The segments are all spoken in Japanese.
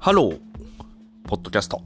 ハロー、ポッドキャスト。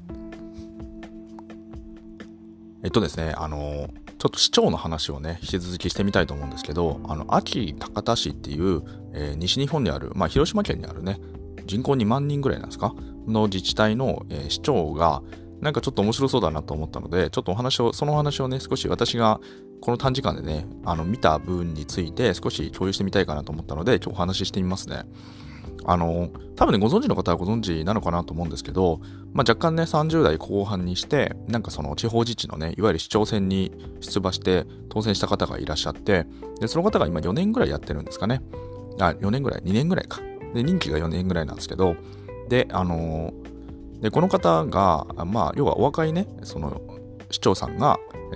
ですね、ちょっと市長の話をね、引き続きしてみたいと思うんですけど、安芸高田市っていう、西日本にある、広島県にあるね、人口2万人ぐらいなんですかの自治体の、市長が、なんかちょっと面白そうだなと思ったので、ちょっとその話をね、少し私がこの短時間でね、見た部分について少し共有してみたいかなと思ったので、今日お話ししてみますね。多分ね、ご存知の方はご存知なのかなと思うんですけど、若干ね、30代後半にして、なんかその地方自治のね、いわゆる市長選に出馬して当選した方がいらっしゃって、で、その方が今4年ぐらいやってるんですかね。4年ぐらい、2年ぐらいか。で、任期が4年ぐらいなんですけど、で、で、この方が、要はお若いね、その市長さんが、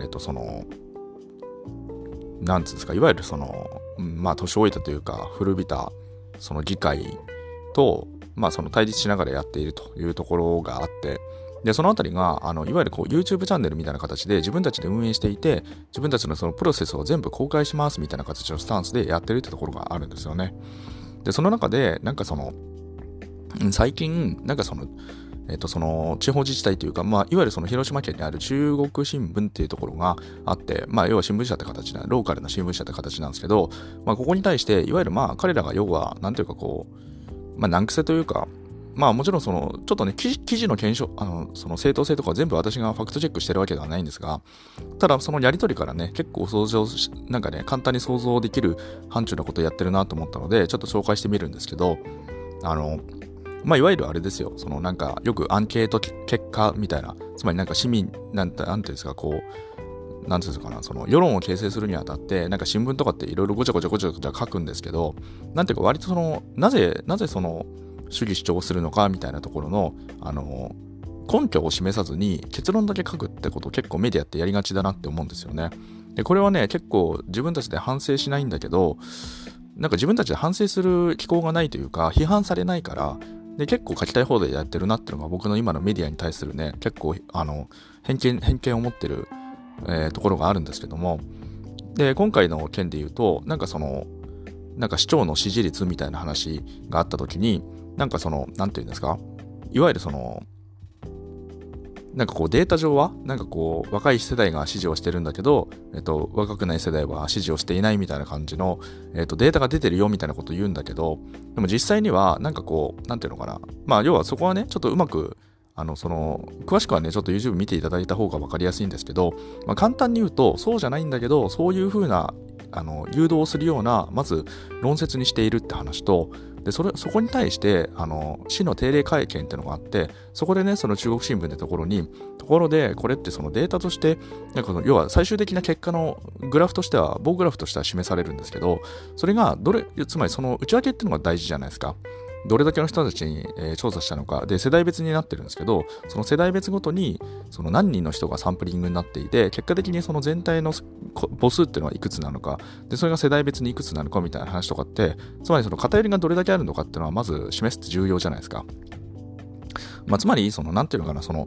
なんつうんですか、いわゆるその、年老いたというか、古びた、その議会と、その対立しながらやっているというところがあって、で、そのあたりが、いわゆるこう YouTube チャンネルみたいな形で自分たちで運営していて、自分たちのそのプロセスを全部公開しますみたいな形のスタンスでやってるってところがあるんですよね。で、その中で、なんかその、最近、なんかその、その地方自治体というか、いわゆるその広島県にある中国新聞っていうところがあって、要は新聞社って形な、ローカルな新聞社って形なんですけど、ここに対して、いわゆる彼らが要は、なんていうかこう、難癖というか、もちろんその、ちょっとね、記事の検証、その正当性とか全部私がファクトチェックしてるわけではないんですが、ただそのやりとりからね、結構なんかね、簡単に想像できる範疇なことをやってるなと思ったので、ちょっと紹介してみるんですけど、いわゆるあれですよ、そのなんかよくアンケート結果みたいな、つまりなんか市民、なんていうんですか、こう、なんていうんですかな、その世論を形成するにあたって、なんか新聞とかっていろいろごちゃごちゃ書くんですけど、なんていうか割とその、なぜその主義主張をするのかみたいなところの、根拠を示さずに結論だけ書くってことを結構メディアってやりがちだなって思うんですよね。で、これはね、結構自分たちで反省しないんだけど、なんか自分たちで反省する機構がないというか、批判されないから、で、結構書きたい放題やってるなっていうのが僕の今のメディアに対するね、結構、偏見を持ってる、ところがあるんですけども、で、今回の件で言うと、なんかその、なんか市長の支持率みたいな話があった時に、なんかその、なんていうんですか、いわゆるその、なんかこうデータ上は、なんかこう若い世代が支持をしてるんだけど、若くない世代は支持をしていないみたいな感じの、データが出てるよみたいなことを言うんだけど、でも実際には、なんかこう、なんていうのかな。要はそこはね、ちょっとうまく、詳しくはね、ちょっと YouTube 見ていただいた方がわかりやすいんですけど、簡単に言うと、そうじゃないんだけど、そういう風な、誘導をするような、まず論説にしているって話と、で、そこに対して、市の定例会見っていうのがあって、そこでね、その中国新聞のところで、これってそのデータとして、なんか要は最終的な結果のグラフとしては、棒グラフとしては示されるんですけど、それがつまりその内訳っていうのが大事じゃないですか。どれだけの人たちに調査したのか。で、世代別になってるんですけど、その世代別ごとに、その何人の人がサンプリングになっていて、結果的にその全体の母数っていうのはいくつなのか、で、それが世代別にいくつなのかみたいな話とかって、つまりその偏りがどれだけあるのかっていうのはまず示すって重要じゃないですか。つまり、その、なんていうのかな、その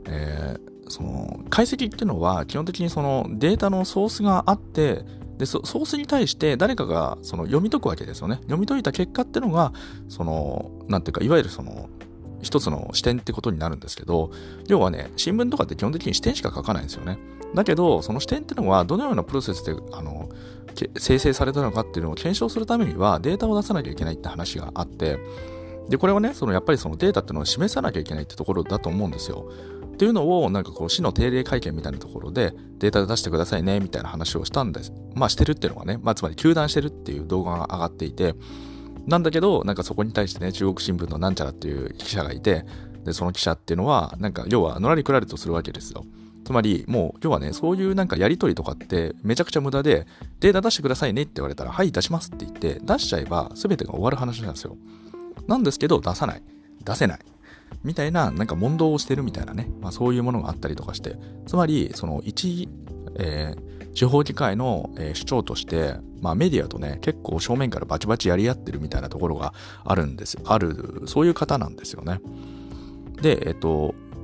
解析っていうのは基本的にそのデータのソースがあって、で、ソースに対して誰かがその読み解くわけですよね。読み解いた結果っていうのが、その、なんていうか、いわゆるその、一つの視点ってことになるんですけど、要はね、新聞とかって基本的に視点しか書かないんですよね。だけど、その視点っていうのはどのようなプロセスで、生成されたのかっていうのを検証するためにはデータを出さなきゃいけないって話があって、で、これはね、やっぱりそのデータっていうのを示さなきゃいけないってところだと思うんですよ。っていうのを、なんかこう、市の定例会見みたいなところで、データで出してくださいね、みたいな話をしたんです。してるっていうのがね、つまり、糾弾してるっていう動画が上がっていて、なんだけど、なんかそこに対してね、中国新聞のなんちゃらっていう記者がいて、で、その記者っていうのは、なんか、要は、のらりくらりとするわけですよ。つまり、もう、要はね、そういうなんかやりとりとかって、めちゃくちゃ無駄で、データ出してくださいねって言われたら、はい、出しますって言って、出しちゃえば、全てが終わる話なんですよ。なんですけど、出せない。みたいな、なんか問答をしてるみたいなね、そういうものがあったりとかして、つまり、その地方議会の、主張として、メディアとね、結構正面からバチバチやり合ってるみたいなところがある、そういう方なんですよね。で、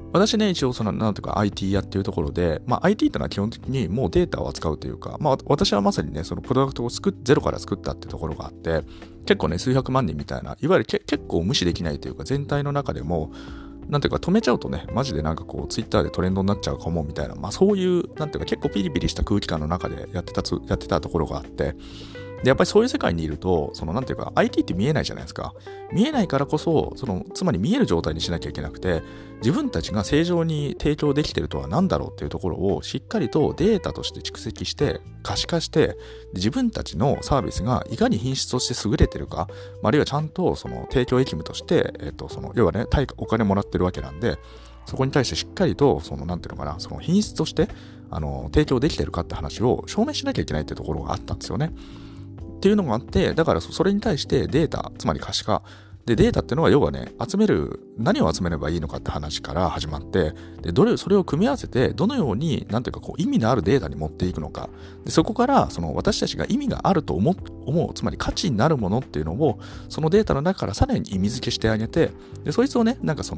私ね、一応なんていうか IT やっていうところで、IT ってのは基本的にもうデータを扱うというか、私はまさにね、そのプロダクトをゼロから作ったってところがあって、結構ね、数百万人みたいな、いわゆる結構無視できないというか、全体の中でも、なんていうか止めちゃうとね、マジでなんかこう、ツイッターでトレンドになっちゃうかもみたいな、そういう、なんていうか結構ピリピリした空気感の中でやってたところがあって、で、やっぱりそういう世界にいると、なんていうか、IT って見えないじゃないですか。見えないからこそ、つまり見える状態にしなきゃいけなくて、自分たちが正常に提供できているとは何だろうっていうところをしっかりとデータとして蓄積して、可視化して、自分たちのサービスがいかに品質として優れてるか、あるいはちゃんと提供役務として、要はね、お金もらってるわけなんで、そこに対してしっかりと、なんていうのかな、品質として、提供できてるかって話を証明しなきゃいけないっていうところがあったんですよね。っていうのがあって、だからそれに対してデータ、つまり可視化。で、データっていうのは要はね、何を集めればいいのかって話から始まって、で、それを組み合わせて、どのように、なんていうかこう、意味のあるデータに持っていくのか。で、そこから、私たちが意味があると思う、つまり価値になるものっていうのを、そのデータの中からさらに意味付けしてあげて、で、そいつをね、なんか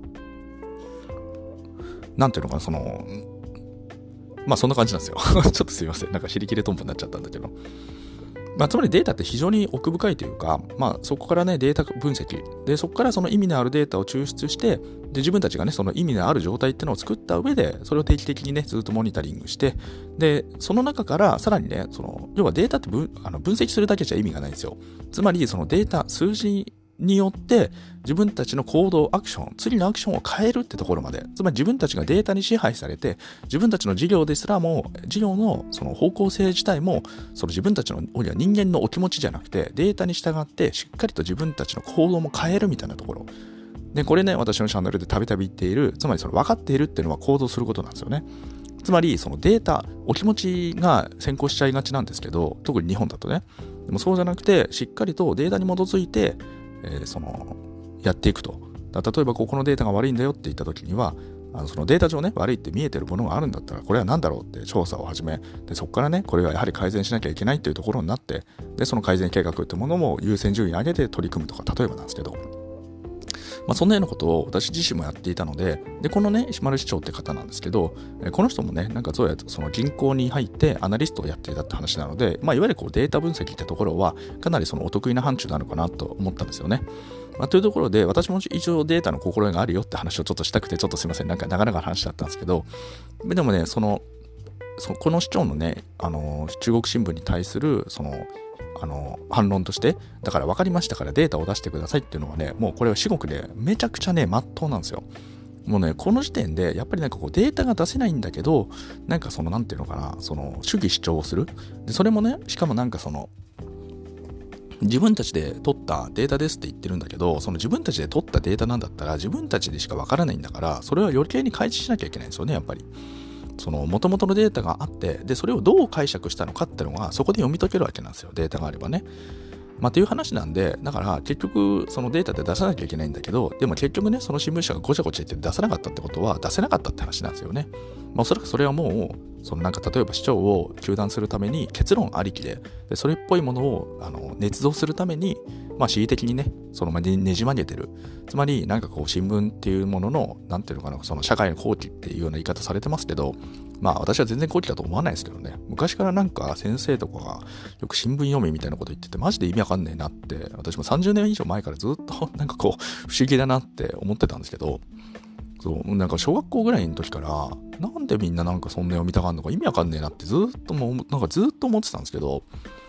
なんていうのかな、そんな感じなんですよ。ちょっとすいません。なんか尻切れトンボになっちゃったんだけど。つまりデータって非常に奥深いというか、そこからね、データ分析。で、そこからその意味のあるデータを抽出して、で、自分たちがね、その意味のある状態っていうのを作った上で、それを定期的にね、ずっとモニタリングして、で、その中からさらにね、要はデータって分析するだけじゃ意味がないんですよ。つまり、そのデータ、数字によって自分たちの行動、アクション、次のアクションを変えるってところまで、つまり自分たちがデータに支配されて、自分たちの事業ですらも、事業のその方向性自体も、自分たちの人間のお気持ちじゃなくて、データに従ってしっかりと自分たちの行動も変えるみたいなところ。で、これね、私のチャンネルでたびたび言っている、つまり分かっているっていうのは行動することなんですよね。つまり、そのデータ、お気持ちが先行しちゃいがちなんですけど、特に日本だとね。でもそうじゃなくて、しっかりとデータに基づいて、やっていくと。例えばこのデータが悪いんだよって言った時には、そのデータ上ね、悪いって見えてるものがあるんだったら、これは何だろうって調査を始め、で、そこからね、これはやはり改善しなきゃいけないというところになって、で、その改善計画ってものも優先順位上げて取り組むとか、例えばなんですけど、そんなようなことを私自身もやっていたので、で、このね、石丸市長って方なんですけど、この人もね、なんかそうやってその銀行に入ってアナリストをやっていたって話なので、いわゆるこうデータ分析ってところは、かなりお得意な範疇なのかなと思ったんですよね。というところで、私も一応データの心得があるよって話をちょっとしたくて、ちょっとすいません、なんか長々話しちゃったんですけど、でもね、この市長のね、中国新聞に対する、反論として、だから分かりましたからデータを出してくださいっていうのはね、もうこれは至極でめちゃくちゃね、真っ当なんですよ。もうね、この時点で、やっぱりなんかこうデータが出せないんだけど、なんかなんていうのかな、主義主張をする。で、それもね、しかもなんか自分たちで取ったデータですって言ってるんだけど、自分たちで取ったデータなんだったら、自分たちでしか分からないんだから、それは余計に開示しなきゃいけないんですよね、やっぱり。元々のデータがあって、で、それをどう解釈したのかっていうのが、そこで読み解けるわけなんですよ、データがあればね。っていう話なんで、だから結局そのデータで出さなきゃいけないんだけど、でも結局ね、その新聞社がごちゃごちゃ言って出さなかったってことは出せなかったって話なんですよね。おそらくそれはもう、なんか例えば市長を糾弾するために結論ありきで、それっぽいものを捏造するために、恣意的にね、ねじ曲げてる。つまり、なんかこう新聞っていうものの、なんていうのかな、社会の後期っていうような言い方されてますけど、私は全然後期だと思わないですけどね。昔からなんか先生とかがよく新聞読みみたいなこと言ってて、マジで意味わかんねえなって、私も30年以上前からずっとなんかこう不思議だなって思ってたんですけど、なんか小学校ぐらいの時から、なんでみんななんかそんな読みたがんのか意味わかんねえなってずっと思ってたんですけど、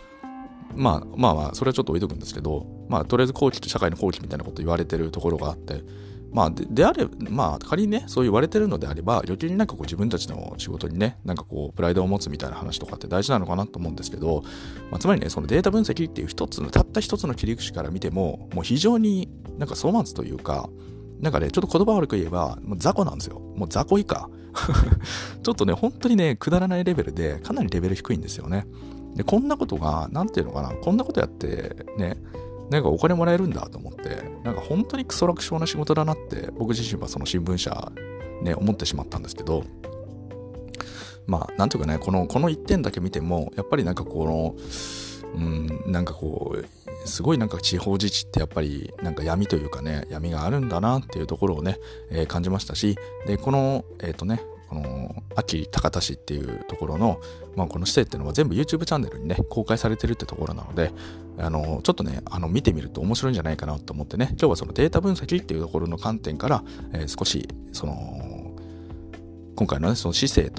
それはちょっと置いとくんですけど、とりあえず後期と社会の後期みたいなこと言われてるところがあって、仮にね、そう言われてるのであれば、余計になんかこう自分たちの仕事にね、なんかこう、プライドを持つみたいな話とかって大事なのかなと思うんですけど、つまりね、そのデータ分析っていうたった一つの切り口から見ても、もう非常になんか粗末というか、なんかね、ちょっと言葉悪く言えば、もう雑魚なんですよ。もう雑魚以下。ちょっとね、本当にね、くだらないレベルで、かなりレベル低いんですよね。で、こんなことが、なんていうのかな、こんなことやってね、なんかお金もらえるんだと思って、なんか本当にクソ楽勝な仕事だなって、僕自身はその新聞社ね、思ってしまったんですけど、なんていうかね、この一点だけ見ても、やっぱりなんかなんかこうすごいなんか地方自治ってやっぱりなんか闇というかね、闇があるんだなっていうところをね、感じましたし、でこのこの安芸高田市っていうところの、この施設っていうのは全部 YouTube チャンネルにね公開されてるってところなので、ちょっとね見てみると面白いんじゃないかなと思ってね、今日はそのデータ分析っていうところの観点から、少しその今回のねその市政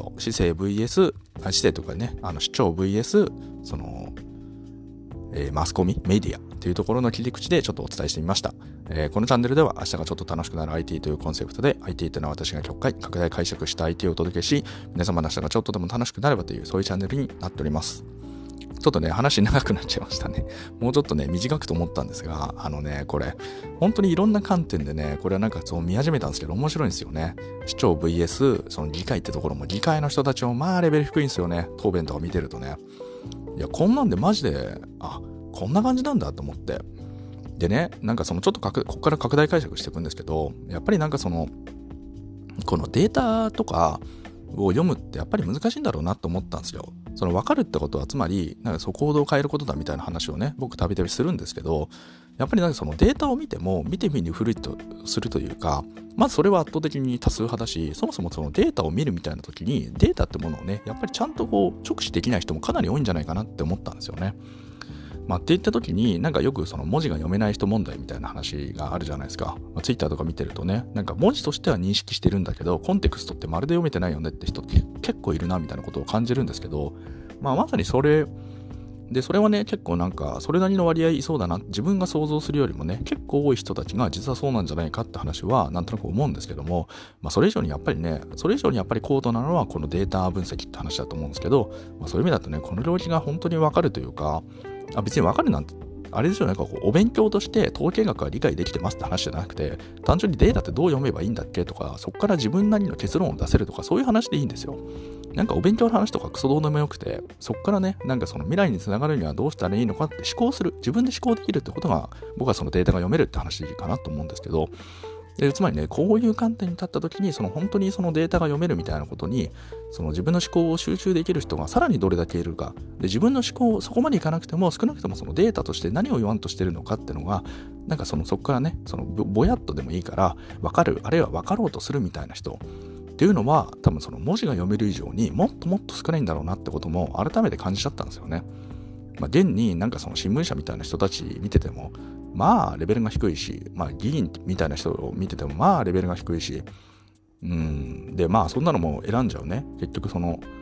VS 市政とかね市長 VS そのマスコミ、メディアというところの切り口でちょっとお伝えしてみました。このチャンネルでは明日がちょっと楽しくなる IT というコンセプトで IT というのは私が極快拡大解釈した IT をお届けし、皆様の明日がちょっとでも楽しくなればというそういうチャンネルになっております。ちょっとね話長くなっちゃいましたね。もうちょっとね短くと思ったんですが、これ本当にいろんな観点でね、これはなんかそう見始めたんですけど面白いんですよね。市長 VS その議会ってところも、議会の人たちもレベル低いんですよね。答弁とか見てるとね、いやこんなんでマジでこんな感じなんだと思って、でねなんかそのちょっとここから拡大解釈していくんですけど、やっぱりなんかこのデータとかを読むってやっぱり難しいんだろうなと思ったんですよ。その分かるってことはつまりなんかそう行動を変えることだみたいな話をね僕たびたびするんですけど、やっぱりなんかそのデータを見ても見て見ぬふりとするというか、まずそれは圧倒的に多数派だし、そもそもそのデータを見るみたいな時にデータってものをねやっぱりちゃんと直視できない人もかなり多いんじゃないかなって思ったんですよね。って言った時になんかよくその文字が読めない人問題みたいな話があるじゃないですか。ツイッターとか見てるとね、なんか文字としては認識してるんだけどコンテクストってまるで読めてないよねって人結構いるなみたいなことを感じるんですけど、まさにそれで、それはね結構なんかそれなりの割合いそうだな、自分が想像するよりもね結構多い人たちが実はそうなんじゃないかって話はなんとなく思うんですけども、それ以上にやっぱり高度なのはこのデータ分析って話だと思うんですけど、そういう意味だとねこの領域が本当にわかるというか、別にわかるなんてあれですよね、お勉強として統計学は理解できてますって話じゃなくて、単純にデータってどう読めばいいんだっけとか、そこから自分なりの結論を出せるとか、そういう話でいいんですよ。なんかお勉強の話とかクソどうでもよくて、そこからねなんかその未来につながるにはどうしたらいいのかって思考する、自分で思考できるってことが僕はそのデータが読めるって話かなと思うんですけど、つまりねこういう観点に立った時に本当にそのデータが読めるみたいなことにその自分の思考を集中できる人がさらにどれだけいるかで、自分の思考そこまでいかなくても少なくともそのデータとして何を言わんとしてるのかっていうのがなんかそこからねぼやっとでもいいから分かる、あるいは分かろうとするみたいな人っていうのは多分その文字が読める以上にもっともっと少ないんだろうなってことも改めて感じちゃったんですよね。現になんかその新聞社みたいな人たち見ててもレベルが低いし、議員みたいな人を見ててもレベルが低いし、でそんなのも選んじゃうね。結局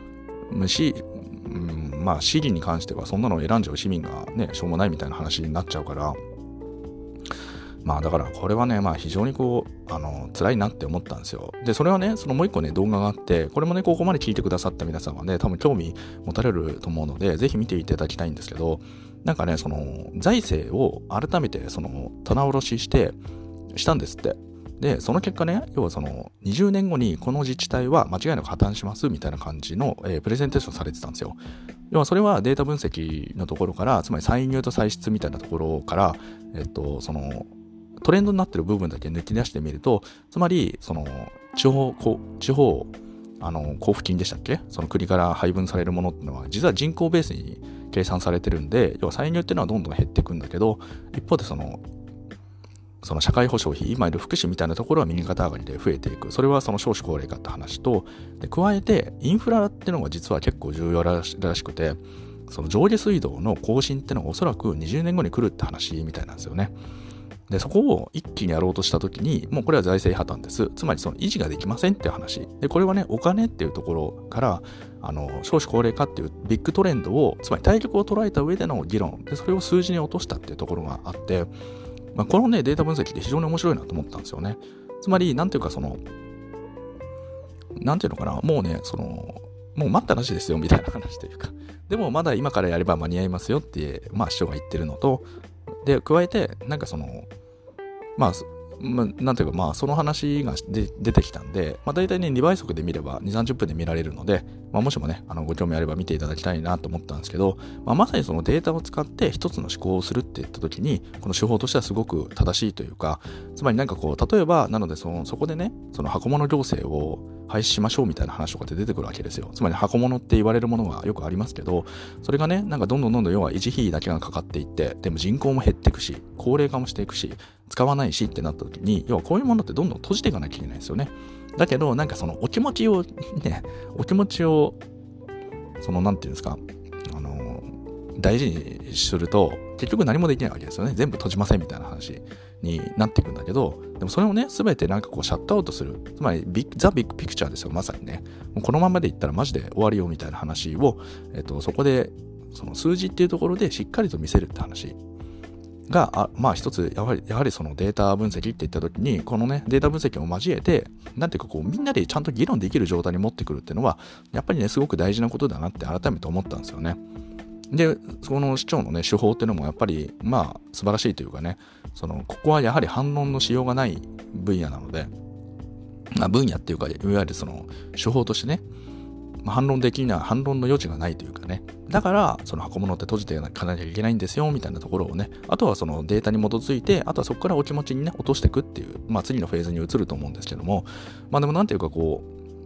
市議に関してはそんなのを選んじゃう市民がねしょうもないみたいな話になっちゃうから、だからこれはね非常に辛いなって思ったんですよ。でそれはねもう一個ね動画があって、これもねここまで聞いてくださった皆さんはね多分興味持たれると思うのでぜひ見ていただきたいんですけど、なんかね財政を改めて棚卸ししたんですって。でその結果ね、要は20年後にこの自治体は間違いなく破綻しますみたいな感じの、プレゼンテーションされてたんですよ。要はそれはデータ分析のところから、つまり歳入と歳出みたいなところから、トレンドになってる部分だけ抜き出してみると、つまり地方交付金でしたっけ、その国から配分されるものっていうのは実は人口ベースに計算されてるんで、要は歳入っていうのはどんどん減っていくんだけど、一方でその社会保障費、今いる福祉みたいなところは右肩上がりで増えていく。それは少子高齢化って話と、で加えてインフラっていうのが実は結構重要らしくて、上下水道の更新っていうのがおそらく20年後に来るって話みたいなんですよね。でそこを一気にやろうとしたときに、もうこれは財政破綻です。つまり維持ができませんっていう話で、これはねお金っていうところから少子高齢化っていうビッグトレンドを、つまり対極を捉えた上での議論で、それを数字に落としたっていうところがあって、このねデータ分析って非常に面白いなと思ったんですよね。つまりなんていうかなんていうのかな、もうねもう待ったなしですよみたいな話というか、でもまだ今からやれば間に合いますよって市長が言ってるのと、で加えてなんかなんていうかその話が出てきたんで、大体ね2倍速で見れば 2,30 分で見られるので、もしもねご興味あれば見ていただきたいなと思ったんですけど、まさにそのデータを使って一つの思考をするっていった時にこの手法としてはすごく正しいというか、つまりなんか例えばなのでそこでね箱物行政を廃止しましょうみたいな話とかって出てくるわけですよ。つまり箱物って言われるものがよくありますけど、それがね、なんかどんどん要は維持費だけがかかっていって、でも人口も減っていくし、高齢化もしていくし、使わないしってなった時に、要はこういうものってどんどん閉じていかなきゃいけないんですよね。だけど、なんかそのお気持ちをそのなんていうんですか、大事にすると結局何もできないわけですよね。全部閉じませんみたいな話になっていくんだけど、でもそれをね全てなんかこうシャットアウトする、つまりザ・ビッグピクチャーですよ。まさにね、もうこのままでいったらマジで終わりよみたいな話を、そこでその数字っていうところでしっかりと見せるって話がまあ一つやはりそのデータ分析っていった時に、このねデータ分析を交えてなんていうかこうみんなでちゃんと議論できる状態に持ってくるっていうのはやっぱりねすごく大事なことだなって改めて思ったんですよね。で、その市長のね手法っていうのもやっぱりまあ素晴らしいというかね、ここはやはり反論のしようがない分野なので、分野っていうかいわゆるその手法としてね、反論の余地がないというかね、だからその箱物って閉じていかなきゃいけないんですよみたいなところをね、あとはそのデータに基づいて、あとはそこからお気持ちにね落としていくっていう、次のフェーズに移ると思うんですけども、でもなんていうかこ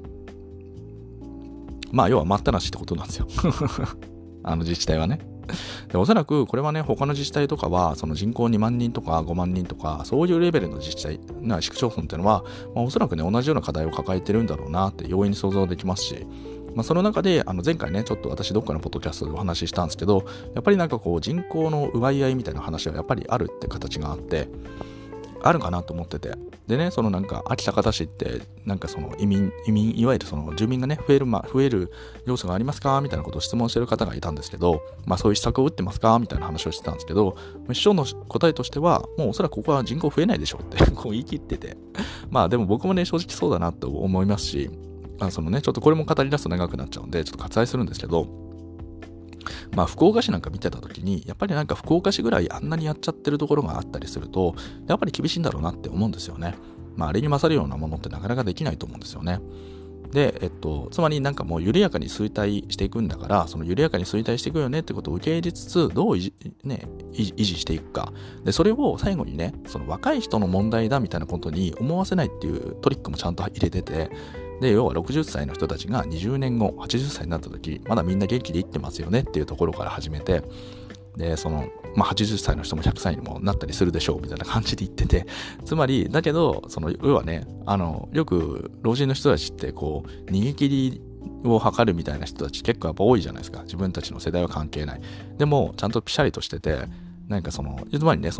う要は待ったなしってことなんですよ自治体はね。でおそらくこれはね他の自治体とかはその人口2万人とか5万人とかそういうレベルの自治体市区町村っていうのは、おそらくね同じような課題を抱えてるんだろうなって容易に想像できますし、その中で前回ねちょっと私どっかのポッドキャストでお話ししたんですけど、やっぱりなんかこう人口の奪い合いみたいな話はやっぱりあるって形があってあるかなと思ってて、でね、そのなんか秋田方市ってなんかその移民いわゆるその住民がね増える要素がありますかみたいなことを質問してる方がいたんですけど、そういう施策を打ってますかみたいな話をしてたんですけど、市長の答えとしてはもうおそらくここは人口増えないでしょうってこう言い切ってて、でも僕もね正直そうだなと思いますし、そのねちょっとこれも語り出すと長くなっちゃうんでちょっと割愛するんですけど、福岡市なんか見てた時にやっぱりなんか福岡市ぐらいあんなにやっちゃってるところがあったりするとやっぱり厳しいんだろうなって思うんですよね。あれに勝るようなものってなかなかできないと思うんですよね。で、つまりなんかもう緩やかに衰退していくんだから、その緩やかに衰退していくよねってことを受け入れつつどう維持していくかで、それを最後にねその若い人の問題だみたいなことに思わせないっていうトリックもちゃんと入れてて、で要は60歳の人たちが20年後80歳になった時まだみんな元気で生きてますよねっていうところから始めて、で80歳の人も100歳にもなったりするでしょうみたいな感じで言ってて、つまりだけど要はねよく老人の人たちってこう逃げ切りを図るみたいな人たち結構やっぱ多いじゃないですか。自分たちの世代は関係ない。でもちゃんとピシャリとしてて、なんかつまりね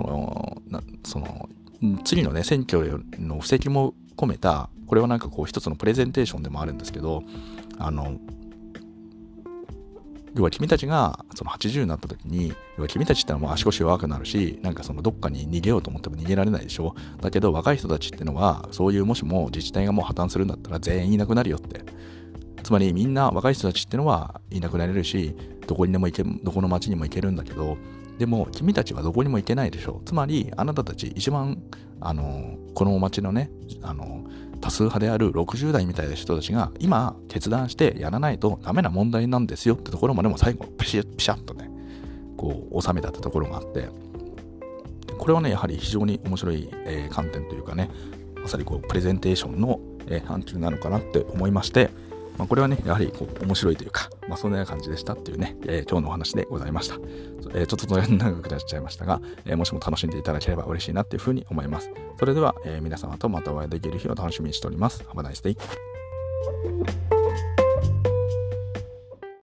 次のね選挙の布石も込めた、これはなんかこう一つのプレゼンテーションでもあるんですけど、要は君たちがその80になった時に、要は君たちってのはもう足腰弱くなるし、なんかどっかに逃げようと思っても逃げられないでしょ。だけど若い人たちってのはそういうもしも自治体がもう破綻するんだったら全員いなくなるよって。つまりみんな若い人たちってのはいなくなれるし、どこの町にも行けるんだけど、でも君たちはどこにも行けないでしょ。つまりあなたたち一番この町のね多数派である60代みたいな人たちが今決断してやらないとダメな問題なんですよってところまでも最後ピシャッとねこう収めたってところがあって、これはねやはり非常に面白い、観点というかね、まさにこうプレゼンテーションの、範疇なのかなって思いまして、これはねやはりこう面白いというか、そんなような感じでしたっていうね、今日のお話でございました。ちょっと長くなっちゃいましたが、もしも楽しんでいただければ嬉しいなっていうふうに思います。それでは、皆様とまたお会いできる日を楽しみにしております。Have a nice day.